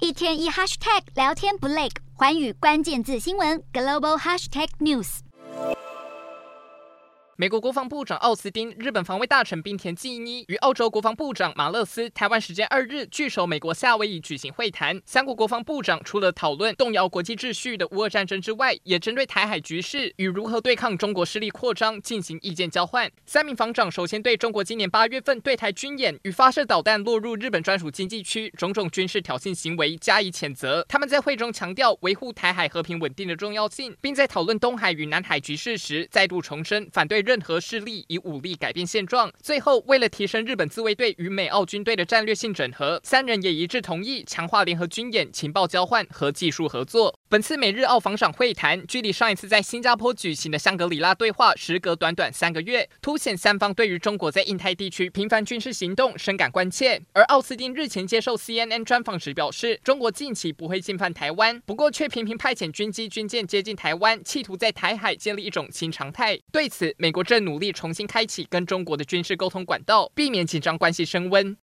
一天一 hashtag 聊天不累，寰宇关键字新闻 global hashtag news。 美国国防部长奥斯汀、日本防卫大臣滨田纪一与澳洲国防部长马勒斯台湾时间2日聚首美国夏威夷举行会谈。三国国防部长除了讨论动摇国际秩序的乌俄战争之外，也针对台海局势与如何对抗中国势力扩张进行意见交换。三名防长首先对中国今年8月份对台军演与发射导弹落入日本专属经济区种种军事挑衅行为加以谴责。他们在会中强调维护台海和平稳定的重要性，并在讨论东海与南海局势时再度重申反对任何势力以武力改变现状。最后，为了提升日本自卫队与美澳军队的战略性整合，三人也一致同意强化联合军演、情报交换和技术合作。本次美日澳防长会谈，距离上一次在新加坡举行的香格里拉对话时隔短短3个月，凸显三方对于中国在印太地区频繁军事行动深感关切。而奥斯汀日前接受 CNN 专访时表示，中国近期不会进犯台湾，不过却频频派遣军机军舰接近台湾，企图在台海建立一种新常态。对此，美国正努力重新开启跟中国的军事沟通管道，避免紧张关系升温。